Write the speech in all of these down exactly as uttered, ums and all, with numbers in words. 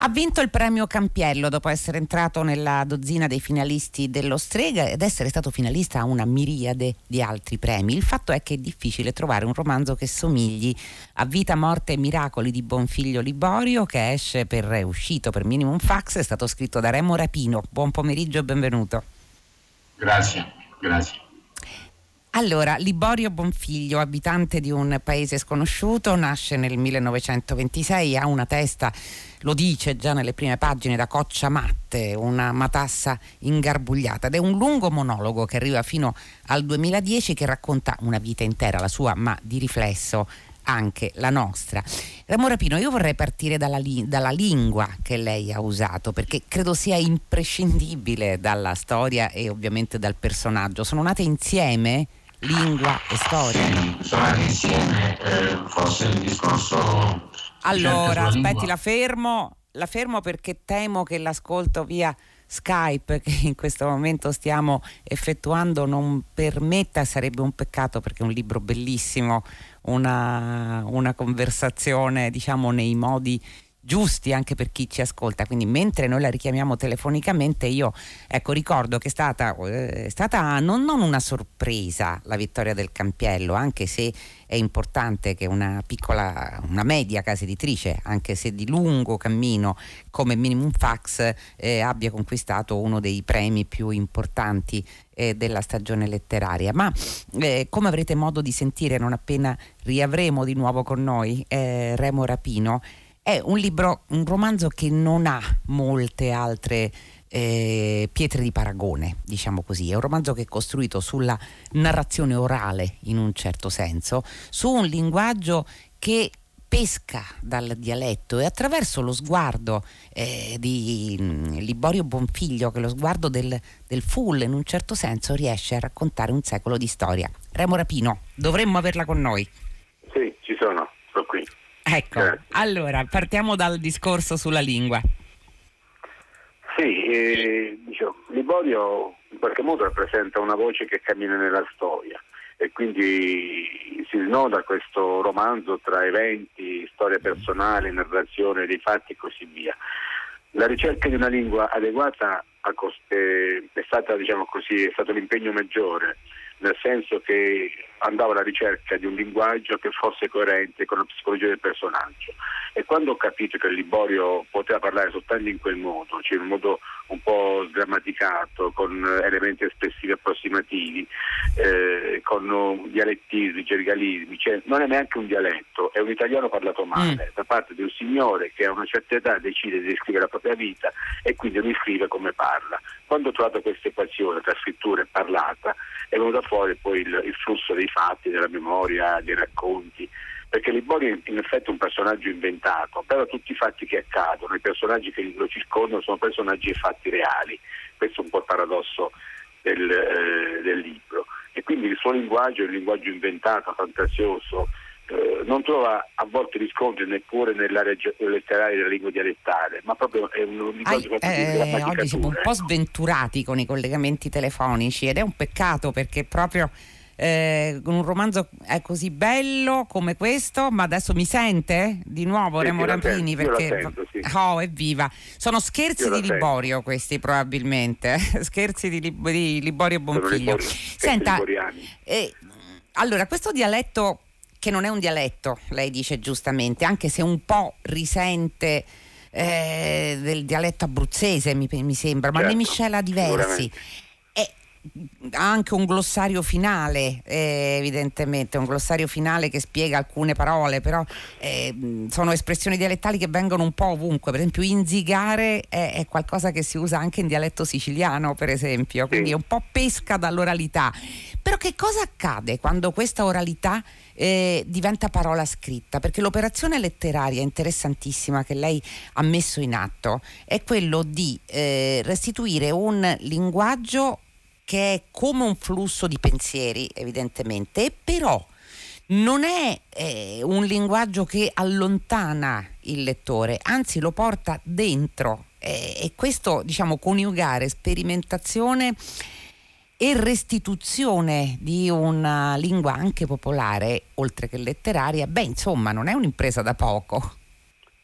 Ha vinto il premio Campiello dopo essere entrato nella dozzina dei finalisti dello Strega ed essere stato finalista a una miriade di altri premi. Il fatto è che è difficile trovare un romanzo che somigli a Vita, Morte e Miracoli di Bonfiglio Liborio, che esce per, è uscito per Minimum Fax, è stato scritto da Remo Rapino. Buon pomeriggio e benvenuto. Grazie, grazie. Allora, Liborio Bonfiglio, abitante di un paese sconosciuto, nasce nel millenovecentoventisei, ha una testa, lo dice già nelle prime pagine, da coccia matte, una matassa ingarbugliata, ed è un lungo monologo che arriva fino al duemiladieci, che racconta una vita intera, la sua, ma di riflesso anche la nostra. Remo Rapino, io vorrei partire dalla, li- dalla lingua che lei ha usato, perché credo sia imprescindibile dalla storia e ovviamente dal personaggio. Sono nate insieme lingua e storia? Sì, sono nati insieme, eh, forse il discorso... Allora, aspetti, la fermo, la fermo perché temo che l'ascolto via Skype che in questo momento stiamo effettuando non permetta, sarebbe un peccato perché è un libro bellissimo, una, una conversazione diciamo nei modi giusti anche per chi ci ascolta, quindi mentre noi la richiamiamo telefonicamente io ecco ricordo che è stata, eh, è stata non, non una sorpresa la vittoria del Campiello, anche se è importante che una piccola, una media casa editrice, anche se di lungo cammino come Minimum Fax, eh, abbia conquistato uno dei premi più importanti eh, della stagione letteraria. Ma eh, come avrete modo di sentire non appena riavremo di nuovo con noi eh, Remo Rapino, è un libro, un romanzo che non ha molte altre eh, pietre di paragone, diciamo così. È un romanzo che è costruito sulla narrazione orale, in un certo senso, su un linguaggio che pesca dal dialetto e attraverso lo sguardo eh, di mh, Liborio Bonfiglio, che è lo sguardo del, del full, in un certo senso riesce a raccontare un secolo di storia. Remo Rapino, dovremmo averla con noi. Sì, ci sono, sono qui. Ecco, Grazie. Allora partiamo dal discorso sulla lingua. Sì, eh, diciamo, Liborio in qualche modo rappresenta una voce che cammina nella storia e quindi si snoda questo romanzo tra eventi, storia personale, narrazione dei fatti e così via. La ricerca di una lingua adeguata a cost- eh, è stata, diciamo così, è stato l'impegno maggiore, nel senso che andavo alla ricerca di un linguaggio che fosse coerente con la psicologia del personaggio. E quando ho capito che Liborio poteva parlare soltanto in quel modo, cioè in un modo un po' sgrammaticato, con elementi espressivi approssimativi, eh, con dialettismi, gergalismi, cioè non è neanche un dialetto, è un italiano parlato male, mm. da parte di un signore che a una certa età decide di descrivere la propria vita e quindi non scrive come parla. Quando ho trovato questa equazione tra scrittura e parlata, è venuto fuori poi il, il flusso dei fatti, della memoria, dei racconti, perché Liborio in effetti è un personaggio inventato, però tutti i fatti che accadono, i personaggi che lo circondano sono personaggi e fatti reali. Questo è un po' il paradosso del, eh, del libro. E quindi il suo linguaggio è un linguaggio inventato, fantasioso, eh, non trova a volte riscontri neppure nell'area letteraria della lingua dialettale, ma proprio è un linguaggio Ai, di eh, grammaticatura. oggi siamo un po' sventurati con i collegamenti telefonici ed è un peccato perché proprio Eh, un romanzo è così bello come questo, ma adesso mi sente di nuovo sì, Remo Rapini perché sento, sì. oh evviva, sono scherzi di Liborio sento. Questi probabilmente scherzi di, Lib- di Liborio Bonfiglio. Libori, Senta, eh, allora questo dialetto che non è un dialetto, lei dice giustamente, anche se un po' risente eh, del dialetto abruzzese mi, mi sembra, certo, ma ne miscela diversi. Ha anche un glossario finale, eh, evidentemente un glossario finale che spiega alcune parole, però eh, sono espressioni dialettali che vengono un po' ovunque. Per esempio inzigare è, è qualcosa che si usa anche in dialetto siciliano, per esempio, quindi è un po' pesca dall'oralità. Però che cosa accade quando questa oralità eh, diventa parola scritta? Perché l'operazione letteraria interessantissima che lei ha messo in atto è quello di eh, restituire un linguaggio che è come un flusso di pensieri, evidentemente, e però non è eh, un linguaggio che allontana il lettore, anzi lo porta dentro, eh, e questo, diciamo, coniugare sperimentazione e restituzione di una lingua anche popolare, oltre che letteraria, beh, insomma, non è un'impresa da poco.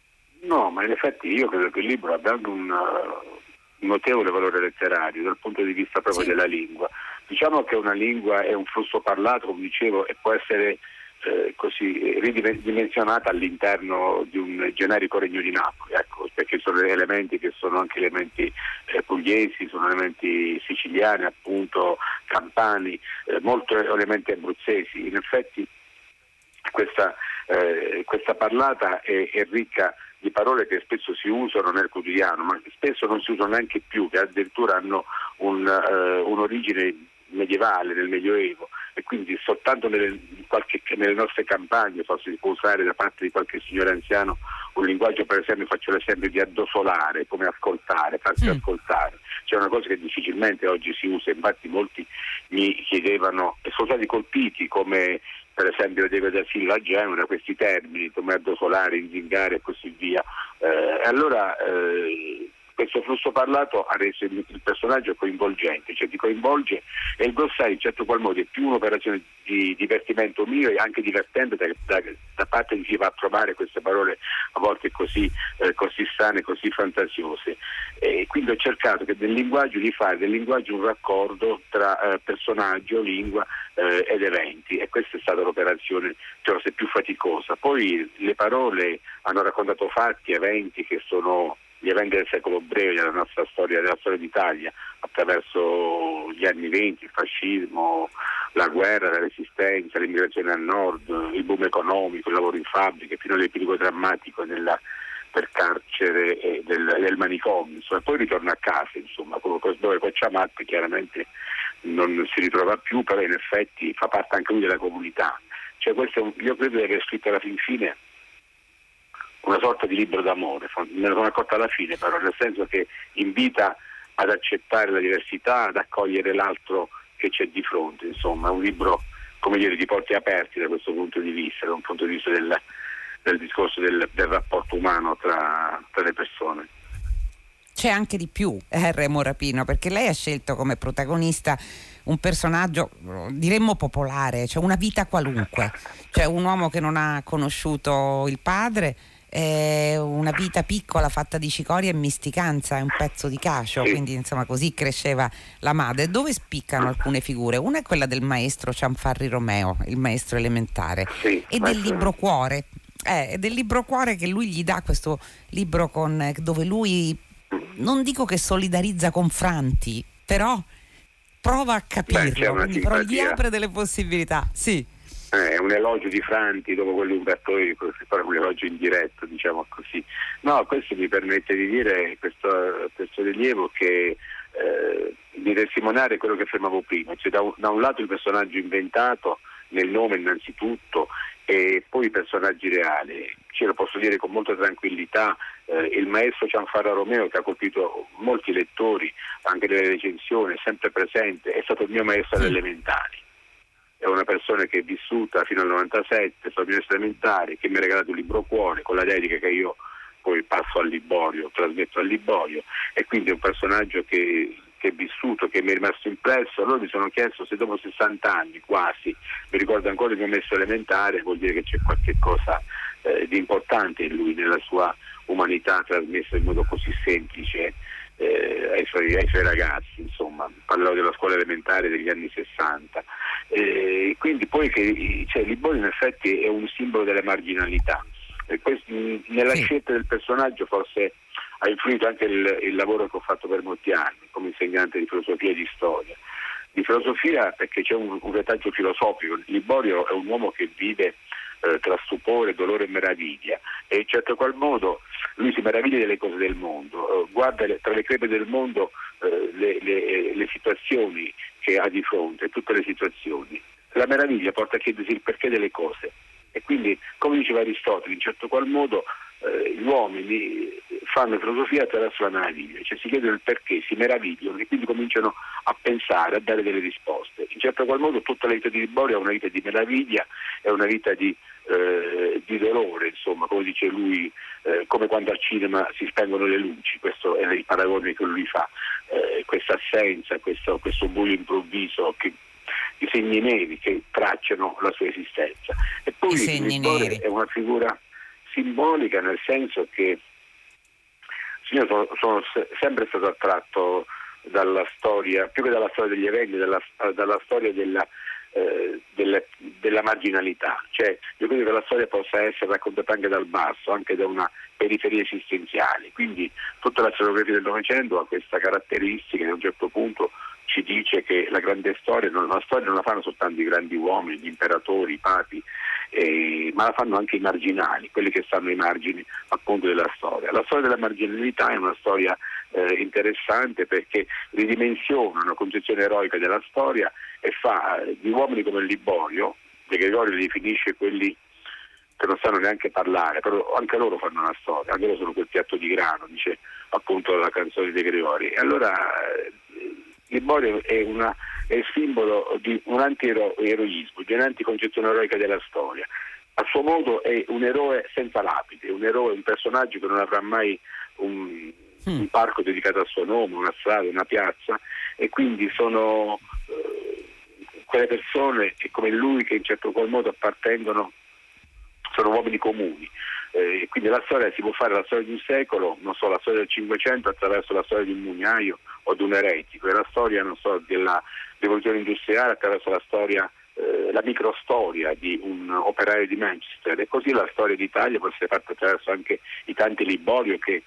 No, ma in effetti io credo che il libro abbia anche un, uh, un notevole valore letterario dal punto di vista proprio Sì. della lingua. Diciamo che una lingua è un flusso parlato, come dicevo, e può essere eh, così ridimensionata all'interno di un generico regno di Napoli, ecco, perché sono elementi che sono anche elementi eh, pugliesi, sono elementi siciliani, appunto, campani, eh, molto elementi abruzzesi. In effetti questa, eh, questa parlata è, è ricca di parole che spesso si usano nel quotidiano, ma che spesso non si usano neanche più, che addirittura hanno un, uh, un'origine medievale, nel Medioevo, e quindi soltanto nelle, qualche, nelle nostre campagne forse si può usare da parte di qualche signore anziano un linguaggio, per esempio faccio l'esempio di addosolare, come ascoltare, farsi mm. ascoltare. C'è una cosa che difficilmente oggi si usa, infatti molti mi chiedevano e sono stati colpiti come per esempio Diego da Silva a Genova, questi termini come addosolare, inzingare e così via. Eh, allora eh, questo flusso parlato ha reso il, il personaggio coinvolgente, cioè ti coinvolge, e il glossario in certo qual modo è più un'operazione di divertimento mio e anche divertente da, da, da parte di chi va a trovare queste parole a volte così, eh, così strane, così fantasiose. E quindi ho cercato che del linguaggio di fare del linguaggio un raccordo tra eh, personaggio, lingua eh, ed eventi, e questa è stata l'operazione forse più faticosa. Poi le parole hanno raccontato fatti, eventi che sono gli eventi del secolo breve della nostra storia, della storia d'Italia, attraverso gli anni venti, il fascismo, la guerra, la resistenza, l'immigrazione al nord, il boom economico, il lavoro in fabbriche, fino all'epilogo drammatico nella, per carcere e del, del manicomio, insomma. Poi ritorna a casa, insomma, dove Cocciamatte chiaramente non si ritrova più, però in effetti fa parte anche lui della comunità. Cioè, questo è un, io credo di aver scritto alla fin fine una sorta di libro d'amore, me ne sono accorta alla fine, però nel senso che invita ad accettare la diversità, ad accogliere l'altro che c'è di fronte, insomma è un libro, come dire, di porti aperti da questo punto di vista, da un punto di vista del, del discorso del, del rapporto umano tra, tra le persone. C'è anche di più, eh, Remo Rapino, perché lei ha scelto come protagonista un personaggio, diremmo popolare, cioè una vita qualunque, cioè un uomo che non ha conosciuto il padre, eh, una vita piccola fatta di cicoria e misticanza, è un pezzo di cacio, quindi insomma così cresceva la madre. Dove spiccano alcune figure? Una è quella del maestro Cianfarri Romeo, il maestro elementare, sì, e del libro cuore, eh, del libro cuore che lui gli dà, questo libro con, dove lui, non dico che solidarizza con Franti, però prova a capirlo. Beh, quindi però gli apre delle possibilità, sì. Eh, è un elogio di Franti dopo quello di Umberto Eco, un elogio indiretto, diciamo così. No, questo mi permette di dire, questo, questo rilievo, che eh, di testimoniare quello che affermavo prima, cioè da un, da un lato il personaggio inventato nel nome innanzitutto, e poi i personaggi reali. Ce lo posso dire con molta tranquillità, eh, il maestro Cianfarri Romeo, che ha colpito molti lettori anche nelle recensioni, è sempre presente, è stato il mio maestro alle elementari. È una persona che è vissuta fino al novantasette, sono maestro elementare, che mi ha regalato un libro cuore con la dedica che io poi passo al Liborio, trasmetto al Liborio, e quindi è un personaggio che, che è vissuto, che mi è rimasto impresso. Allora mi sono chiesto se dopo sessanta anni quasi mi ricordo ancora il mio maestro elementare, vuol dire che c'è qualche cosa eh, di importante in lui, nella sua umanità trasmessa in modo così semplice eh, ai, suoi, ai suoi ragazzi, insomma. Parlerò della scuola elementare degli anni sessanta. Eh, quindi poi che cioè, Liborio in effetti è un simbolo delle marginalità. E questo, nella sì. scelta del personaggio forse ha influito anche il, il lavoro che ho fatto per molti anni come insegnante di filosofia e di storia. Di filosofia perché c'è un, un retaggio filosofico. Liborio è un uomo che vive eh, tra stupore, dolore e meraviglia, e in certo qual modo lui si meraviglia delle cose del mondo, eh, guarda le, tra le crepe del mondo eh, le, le, le situazioni che ha di fronte, tutte le situazioni. La meraviglia porta a chiedersi il perché delle cose, e quindi, come diceva Aristotele, in certo qual modo eh, gli uomini fanno filosofia attraverso la meraviglia, cioè si chiedono il perché, si meravigliano e quindi cominciano a pensare, a dare delle risposte. In certo qual modo tutta la vita di Liborio è una vita di meraviglia, è una vita di, eh, di dolore, insomma, come dice lui, eh, come quando al cinema si spengono le luci, questo è il paragone che lui fa, eh, questa assenza, questo, questo buio improvviso, che, i segni neri che tracciano la sua esistenza. E poi Liborio è una figura simbolica, nel senso che Io sono, sono se- sempre stato attratto dalla storia, più che dalla storia degli eventi, dalla, dalla storia della, eh, della, della marginalità. Cioè, io credo che la storia possa essere raccontata anche dal basso, anche da una periferia esistenziale. Quindi tutta la storiografia del Novecento ha questa caratteristica che a un certo punto ci dice che la grande storia, non, la storia non la fanno soltanto i grandi uomini, gli imperatori, i papi, eh, ma la fanno anche i marginali, quelli che stanno ai margini appunto della storia. La storia della marginalità è una storia eh, interessante perché ridimensiona una concezione eroica della storia e fa eh, di uomini come Liborio, De Gregorio li definisce quelli che non sanno neanche parlare, però anche loro fanno una storia, anche loro sono quel piatto di grano, dice appunto la canzone di De Gregori. E allora eh, Liborio è, una, è il simbolo di un anti-eroismo, di un'anticoncezione eroica della storia. A suo modo è un eroe senza lapide, un eroe, un personaggio che non avrà mai un, un parco dedicato al suo nome, una strada, una piazza, e quindi sono eh, quelle persone che come lui che in certo qual modo appartengono, sono uomini comuni. Eh, quindi la storia si può fare, la storia di un secolo, non so, la storia del Cinquecento attraverso la storia di un mugnaio o di un eretico, e la storia, non so, della rivoluzione industriale attraverso la storia, eh, la microstoria di un operaio di Manchester, e così la storia d'Italia può essere fatta attraverso anche i tanti Liborio che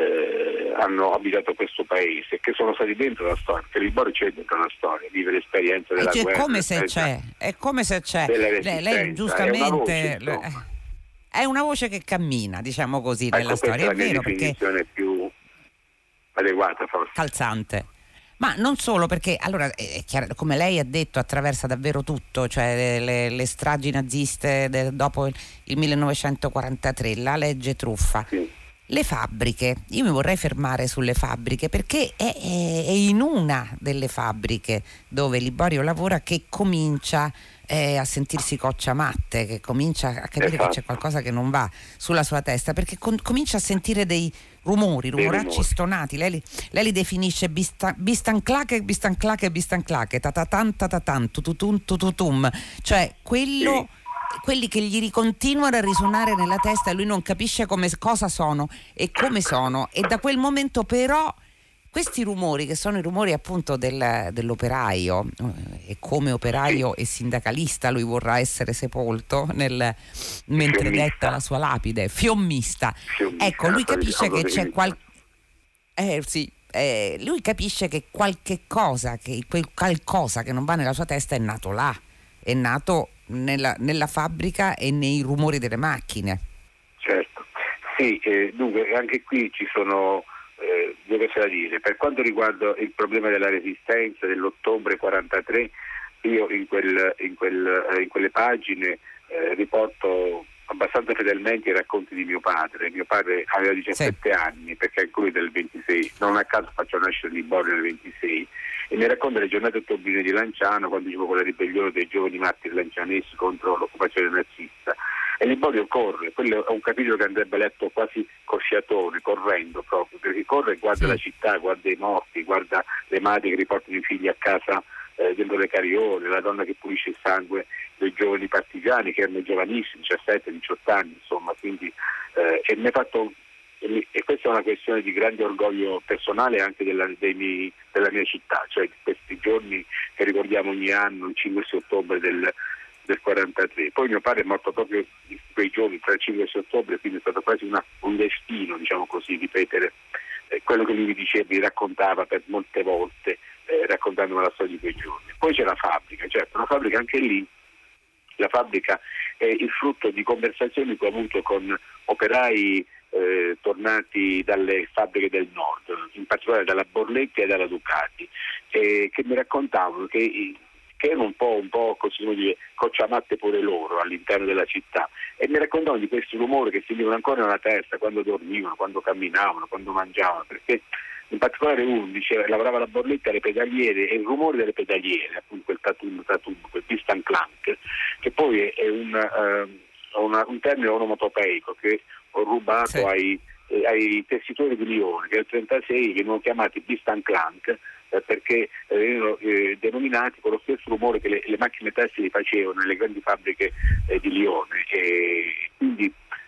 eh, hanno abitato questo paese e che sono stati dentro la storia, perché Liborio c'è dentro la storia, vive l'esperienza della cioè, guerra, come se c'è, è come se c'è. Lei, lei giustamente... È una voce, è una voce che cammina, diciamo così, ecco, nella storia, è vero, perché definizione più adeguata forse. Calzante. Ma non solo, perché allora è chiaro, come lei ha detto, attraversa davvero tutto, cioè le, le stragi naziste de, dopo il, il millenovecentoquarantatré, la legge truffa. Sì. Le fabbriche, io mi vorrei fermare sulle fabbriche perché è, è, è in una delle fabbriche dove Liborio lavora che comincia eh, a sentirsi cocciamatte, che comincia a capire esatto. che c'è qualcosa che non va sulla sua testa, perché con, comincia a sentire dei rumori, rumoracci rumori. stonati. Lei li, lei li definisce bista, bistanclache, bistanclache, bistanclache, tatatan, tatatan, tututum, tututum, cioè quello... Sì. quelli che gli continuano a risuonare nella testa e lui non capisce come, cosa sono e come sono, e da quel momento però questi rumori, che sono i rumori appunto del, dell'operaio, eh, e come operaio e sindacalista lui vorrà essere sepolto nel, mentre Fiommista. detta la sua lapide, fiommista, Fiommista, ecco, lui capisce che c'è qualche eh sì eh, lui capisce che qualche cosa, che quel qualcosa che non va nella sua testa è nato là, è nato Nella, nella fabbrica e nei rumori delle macchine. Certo, sì, eh, dunque anche qui ci sono eh, due cose da dire. Per quanto riguarda il problema della resistenza dell'ottobre quarantatré, io in, quel, in, quel, eh, in quelle pagine eh, riporto abbastanza fedelmente i racconti di mio padre. Mio padre aveva diciassette sì. anni, perché anche lui del ventisei, non a caso faccio nascere Liborio nel ventisei, e mi racconta le giornate ottobrine di Lanciano, quando dicevo quella ribellione dei giovani martiri lancianesi contro l'occupazione nazista. E Liborio corre, quello è un capitolo che andrebbe letto quasi col fiatone, correndo proprio, perché corre e guarda sì. la città, guarda i morti, guarda le madri che riportano i figli a casa eh, dentro le carriole, la donna che pulisce il sangue dei giovani partigiani, che erano giovanissimi, diciassette diciotto anni, insomma, quindi eh, e mi ha fatto... E questa è una questione di grande orgoglio personale anche della, dei miei, della mia città, cioè questi giorni che ricordiamo ogni anno, il cinque e sei ottobre del, del quarantatré. Poi mio padre è morto proprio in quei giorni, tra il cinque e sei ottobre, quindi è stato quasi una, un destino, diciamo così, ripetere eh, quello che lui mi diceva, mi raccontava per molte volte, eh, raccontandomi la storia di quei giorni. Poi c'è la fabbrica, certo, la fabbrica anche lì, la fabbrica è il frutto di conversazioni che ho avuto con operai Eh, tornati dalle fabbriche del nord, in particolare dalla Borletti e dalla Ducati, eh, che mi raccontavano che, che erano un po', un po' così come dire, cocciamatte pure loro all'interno della città, e mi raccontavano di questi rumori che sentivano ancora nella testa quando dormivano, quando camminavano, quando mangiavano, perché in particolare uno diceva che lavorava alla Borletti alle pedaliere, e il rumore delle pedaliere, appunto quel tatum tatum, quel pistan clank, che poi è, è un, uh, una, un termine onomatopeico che ho rubato sì. ai, eh, ai tessitori di Lione, che nel trentasei venivano chiamati Bistan Clank, eh, perché venivano eh, denominati con lo stesso rumore che le, le macchine tessili facevano nelle grandi fabbriche eh, di Lione, e quindi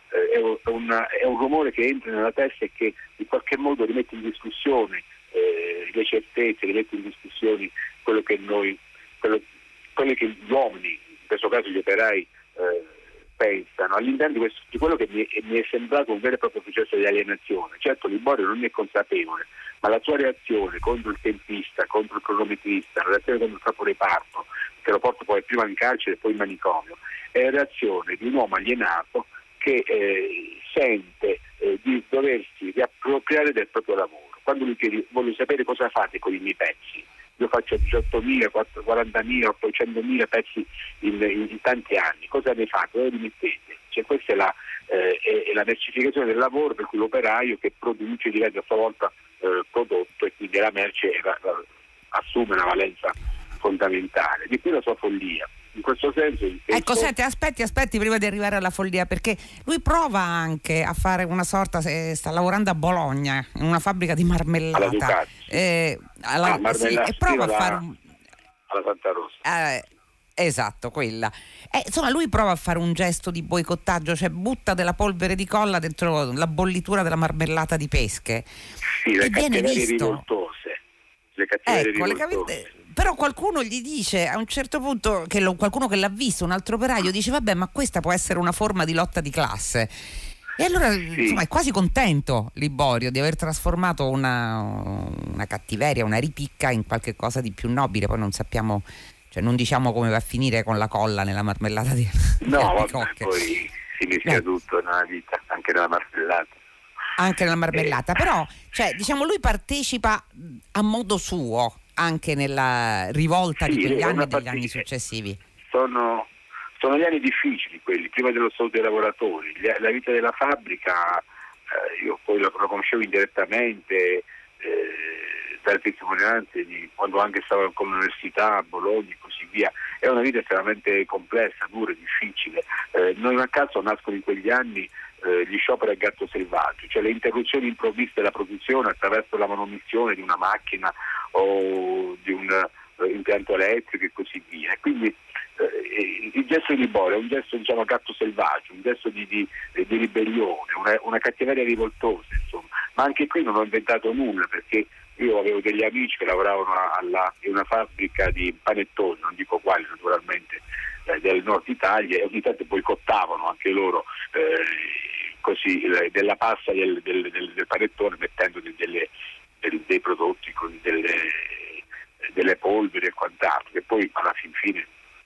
eh, è, un, è un rumore che entra nella testa e che in qualche modo rimette in discussione eh, le certezze, rimette in discussione quello che noi, quello, quello che gli uomini, in questo caso gli operai, eh, pensano all'interno di, questo, di quello che mi, mi è sembrato un vero e proprio processo di alienazione. Certo Liborio non è consapevole, ma la sua reazione contro il tempista, contro il cronometrista, la reazione contro il capo reparto, che lo porta poi prima in carcere e poi in manicomio, è la reazione di un uomo alienato che eh, sente eh, di doversi riappropriare del proprio lavoro. Quando lui chiede, voglio sapere cosa fate con i miei pezzi. Io faccio diciottomila, quarantamila, ottocentomila pezzi in, in, in tanti anni. Cosa ne fate? Dove li mettete? Cioè, questa è la, eh, è, è la mercificazione del lavoro, per cui l'operaio che produce diventa a sua volta eh, prodotto e quindi la merce è, la, la, assume una valenza fondamentale. Di qui la sua follia. In questo senso il testo... Ecco, senti, aspetti, aspetti prima di arrivare alla follia, perché lui prova anche a fare una sorta, se sta lavorando a Bologna in una fabbrica di marmellata, eh, alla, ah, sì, e prova alla, a fare un... alla Santa Rosa. Eh, esatto, quella. Eh, insomma, lui prova a fare un gesto di boicottaggio, cioè butta della polvere di colla dentro la bollitura della marmellata di pesche. Sì, le e viene cattiverie visto... rivoltose. Le cattiverie ecco, rivoltose. Le cav... Però qualcuno gli dice a un certo punto, che lo, qualcuno che l'ha visto, un altro operaio, dice vabbè, ma questa può essere una forma di lotta di classe. E allora sì. Insomma, è quasi contento Liborio di aver trasformato una, una cattiveria, una ripicca in qualche cosa di più nobile. Poi non sappiamo, cioè non diciamo come va a finire con la colla nella marmellata di no, di vabbè, poi si mischia eh. tutto nella vita, anche nella marmellata. Anche nella marmellata, eh. Però cioè, diciamo, lui partecipa a modo suo anche nella rivolta sì, di quegli anni e degli anni successivi. Sono, sono gli anni difficili quelli, prima dello statuto dei lavoratori, la vita della fabbrica, eh, io poi lo, lo conoscevo indirettamente eh, dalle testimonianze di quando anche stavo con l'università a Bologna e così via. È una vita estremamente complessa, dura, difficile. Eh, non a caso nascono in quegli anni eh, gli scioperi a gatto selvaggio, cioè le interruzioni improvviste della produzione attraverso la manomissione di una macchina o di un uh, impianto elettrico e così via. E quindi uh, il gesto di Liborio è un gesto, diciamo, a gatto selvaggio, un gesto di, di, di ribellione, una, una cattiveria rivoltosa, insomma. Ma anche qui non ho inventato nulla, perché io avevo degli amici che lavoravano alla, in una fabbrica di panettoni, non dico quali naturalmente, eh, del nord Italia, e ogni tanto boicottavano anche loro eh, così eh, della pasta del, del, del, del panettone, mettendo delle Dei, dei prodotti con delle, delle polveri e quant'altro, che poi alla fin fine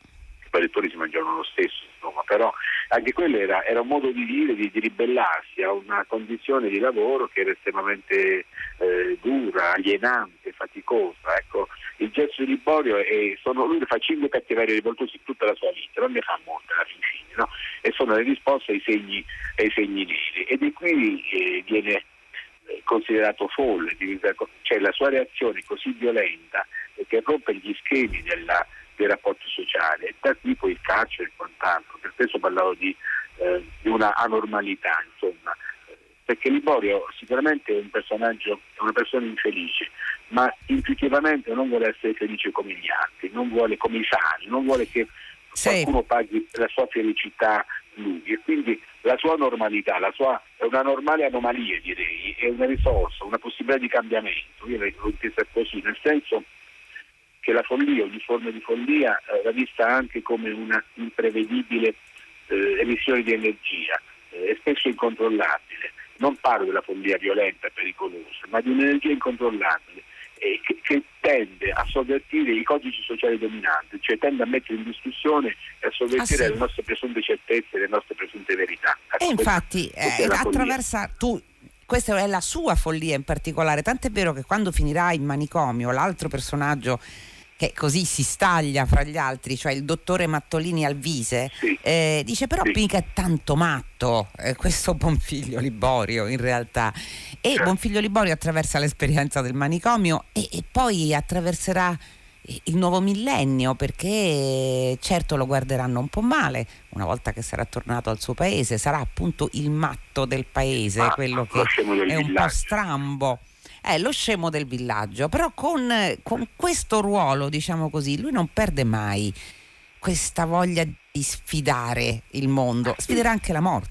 i panettoni si mangiavano lo stesso, insomma. Però anche quello era, era un modo di dire, di, di ribellarsi a una condizione di lavoro che era estremamente eh, dura, alienante, faticosa. Ecco, il gesto di Liborio è, sono, lui fa cinque cattiverie rivoltose in tutta la sua vita, non ne fa molte alla fin fine, no? E sono le risposte ai segni, ai segni neri, ed è qui eh, viene considerato folle, cioè la sua reazione così violenta che rompe gli schemi della, dei rapporti sociali, e da qui poi il carcere e quant'altro. Per questo parlavo di, eh, di una anormalità, insomma, perché Liborio sicuramente è un personaggio, è una persona infelice, ma intuitivamente non vuole essere felice come gli altri, non vuole come i sani, non vuole che sì. qualcuno paghi la sua felicità lui, e quindi la sua normalità, la sua è una normale anomalia, direi, è una risorsa, una possibilità di cambiamento. Io l'ho intesa così, nel senso che la follia, ogni forma di follia, eh, va vista anche come una imprevedibile eh, emissione di energia, eh, e spesso incontrollabile. Non parlo della follia violenta e pericolosa, ma di un'energia incontrollabile eh, che, che tende a sovvertire i codici sociali dominanti, cioè tende a mettere in discussione e a sovvertire ah, sì. le nostre presunte certezze e le nostre presunte verità. E infatti eh, attraversa tu questa è la sua follia in particolare, tant'è vero che quando finirà in manicomio l'altro personaggio che così si staglia fra gli altri, cioè il dottore Mattolini Alvise, sì. eh, dice però sì. mica è tanto matto eh, questo Bonfiglio Liborio in realtà, e Bonfiglio Liborio attraversa l'esperienza del manicomio e, e poi attraverserà il nuovo millennio, perché certo lo guarderanno un po' male una volta che sarà tornato al suo paese, sarà appunto il matto del paese, ah, quello che è un villaggio. po' strambo. È lo scemo del villaggio, però con, con questo ruolo, diciamo così, lui non perde mai questa voglia di sfidare il mondo, sfiderà anche la morte.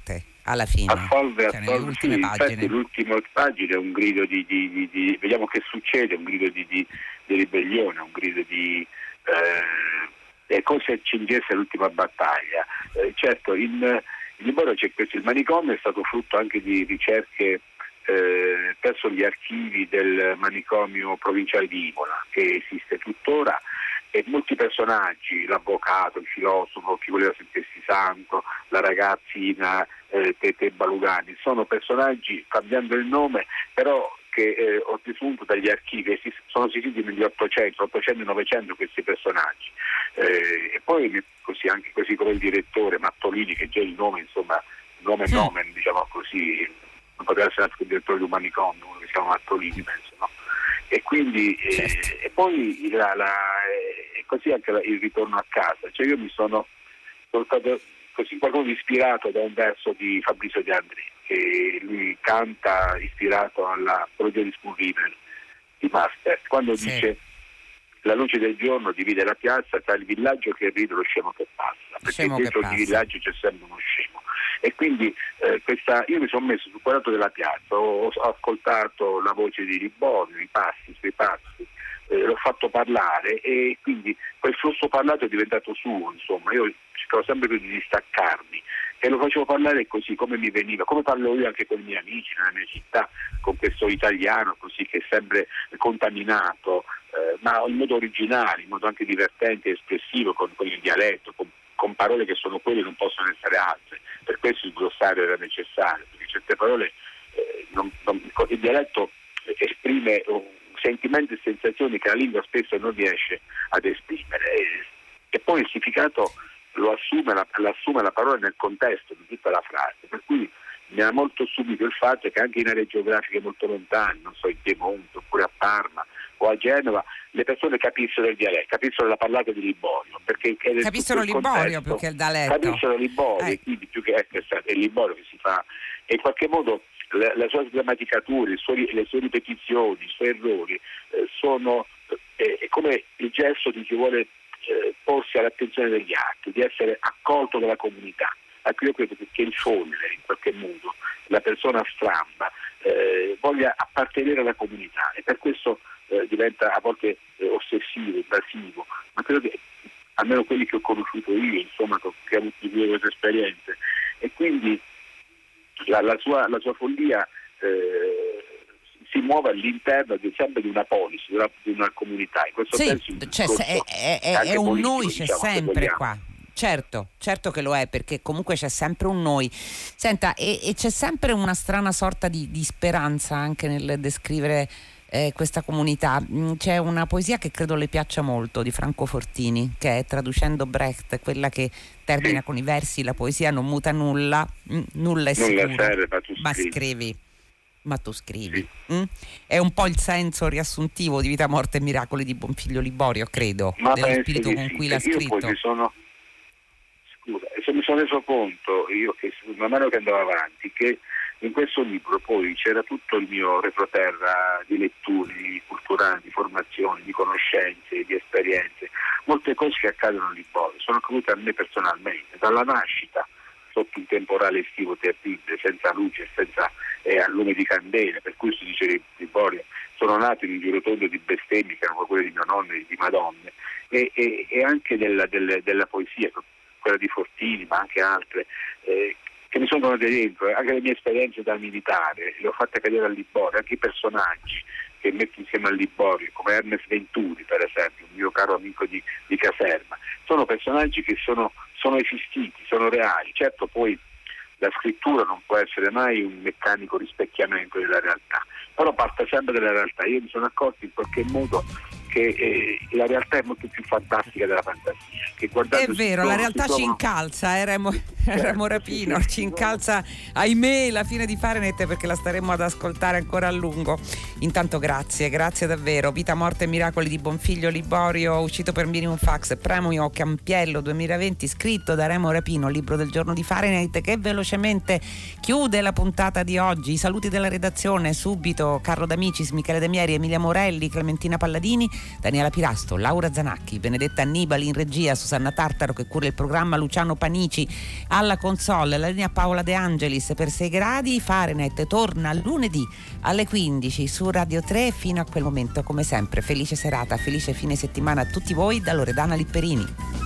alla fine, assolve, cioè, assolve, nelle ultime sì, pagine. infatti l'ultima pagina è un grido di, di, di, di vediamo che succede, un grido di, di, di ribellione, un grido di eh, è come se accingesse l'ultima battaglia. Eh, certo, in, in Liborio c'è questo, il manicomio è stato frutto anche di ricerche eh, presso gli archivi del manicomio provinciale di Imola, che esiste tuttora, e molti personaggi, l'avvocato, il filosofo, chi voleva sentirsi santo, la ragazzina eh, Tete Balugani, sono personaggi, cambiando il nome, però che eh, ho desunto dagli archivi, si, sono esistiti negli ottocento, ottocento e novecento questi personaggi. Eh, e poi così anche così come il direttore Mattolini, che già il nome, insomma, il nome sì. nomen, diciamo così, non poteva essere anche il direttore di un manicomio, uno che si chiama Mattolini, penso, no? E quindi Certo. eh, e poi la, la, eh, così anche la, il ritorno a casa, cioè io mi sono, sono stato così qualcuno ispirato da un verso di Fabrizio De André, che lui canta ispirato alla parodia di Skurrimer di Master, quando Sì. dice: la luce del giorno divide la piazza tra il villaggio che ride e lo scemo che passa, perché Scemo che dentro passa. ogni villaggio c'è sempre uno scemo. E quindi eh, questa, io mi sono messo sul quadrato della piazza, ho, ho ascoltato la voce di Liborio, i passi, i suoi passi, eh, l'ho fatto parlare, e quindi quel flusso parlato è diventato suo, insomma. Io cercavo sempre più di distaccarmi e lo facevo parlare così come mi veniva, come parlo io anche con i miei amici nella mia città, con questo italiano così che è sempre contaminato, eh, ma in modo originale, in modo anche divertente e espressivo, con, con il dialetto, con, con parole che sono quelle e non possono essere altre. Per questo il glossario era necessario, perché certe parole eh, non, non, il dialetto esprime un sentimenti e sensazioni che la lingua spesso non riesce ad esprimere, e, e poi il significato lo assume la, lo assume la parola nel contesto di tutta la frase, per cui mi ha molto subito il fatto che anche in aree geografiche molto lontane, non so, in Piemonte oppure a Parma o a Genova, le persone capissero il dialetto, capissero la parlata di Liborio, perché capissero il Liborio contesto, più che il dialetto, capissero Liborio, eh. quindi più che è il Liborio che si fa, e in qualche modo la, la sua sgrammaticatura, il suo, le sue ripetizioni, i suoi errori eh, sono eh, è come il gesto di chi vuole eh, porsi all'attenzione degli altri, di essere accolto dalla comunità. Ecco, io credo che il folle, in qualche modo, la persona stramba, eh, voglia appartenere alla comunità, e per questo eh, diventa a volte eh, ossessivo, invasivo, ma credo che almeno quelli che ho conosciuto io, insomma, che ho avuto di più queste esperienze, e quindi la, la, sua, la sua follia eh, si muove all'interno di, sempre di una polis, di una, di una comunità. In questo sì, senso cioè, è, è, è, è un noi, c'è diciamo, sempre qua. Certo, certo che lo è, perché comunque c'è sempre un noi. Senta, e, e c'è sempre una strana sorta di, di speranza anche nel descrivere eh, questa comunità. C'è una poesia che credo le piaccia molto di Franco Fortini, che è, traducendo Brecht, quella che termina sì. con i versi: la poesia non muta nulla, mh, nulla è sicuro, nulla serve, ma tu ma scrivi. scrivi. Ma tu scrivi. Sì. Mm? È un po' il senso riassuntivo di Vita, Morte e Miracoli di Bonfiglio Liborio, credo, ma dello spirito con sì, cui l'ha io scritto. Poi mi sono, scusa, se mi sono reso conto, io che man mano che andavo avanti, che in questo libro poi c'era tutto il mio retroterra di letture, di culturali, di formazioni, di conoscenze, di esperienze, molte cose che accadono a Liborio sono accadute a me personalmente, dalla nascita sotto un temporale estivo terribile, senza luce, senza eh, a lume di candele, per cui si dice di Liborio, sono nato in un girotondo di bestemmie che erano quelle di mio nonno e di madonne, e, e, e anche della, della, della poesia, quella di Fortini, ma anche altre, eh, che mi sono tornate dentro, anche le mie esperienze da militare, le ho fatte cadere a Liborio, anche i personaggi che metto insieme a Liborio, come Ernest Venturi per esempio, un mio caro amico di, di caserma, sono personaggi che sono, sono esistiti, sono reali. Certo, poi la scrittura non può essere mai un meccanico rispecchiamento della realtà, però parte sempre dalla realtà. Io mi sono accorto in qualche modo che eh, la realtà è molto più fantastica della fantasia. Che è vero, la realtà ci incalza, eh, Remo, Remo Rapino, ci incalza, ahimè, la fine di Fahrenheit, perché la staremo ad ascoltare ancora a lungo. Intanto grazie, grazie davvero. Vita, Morte e Miracoli di Bonfiglio Liborio, uscito per Minimum Fax, premio Campiello duemilaventi, scritto da Remo Rapino, libro del giorno di Fahrenheit, che velocemente chiude la puntata di oggi. I saluti della redazione subito: Carlo D'Amicis, Michele Damieri, Emilia Morelli, Clementina Palladini. Daniela Pirasto, Laura Zanacchi, Benedetta Annibali in regia, Susanna Tartaro che cura il programma, Luciano Panici alla console, la linea Paola De Angelis per sei gradi. Fahrenheit torna lunedì alle quindici su Radio tre. Fino a quel momento, come sempre, felice serata, felice fine settimana a tutti voi da Loredana Lipperini.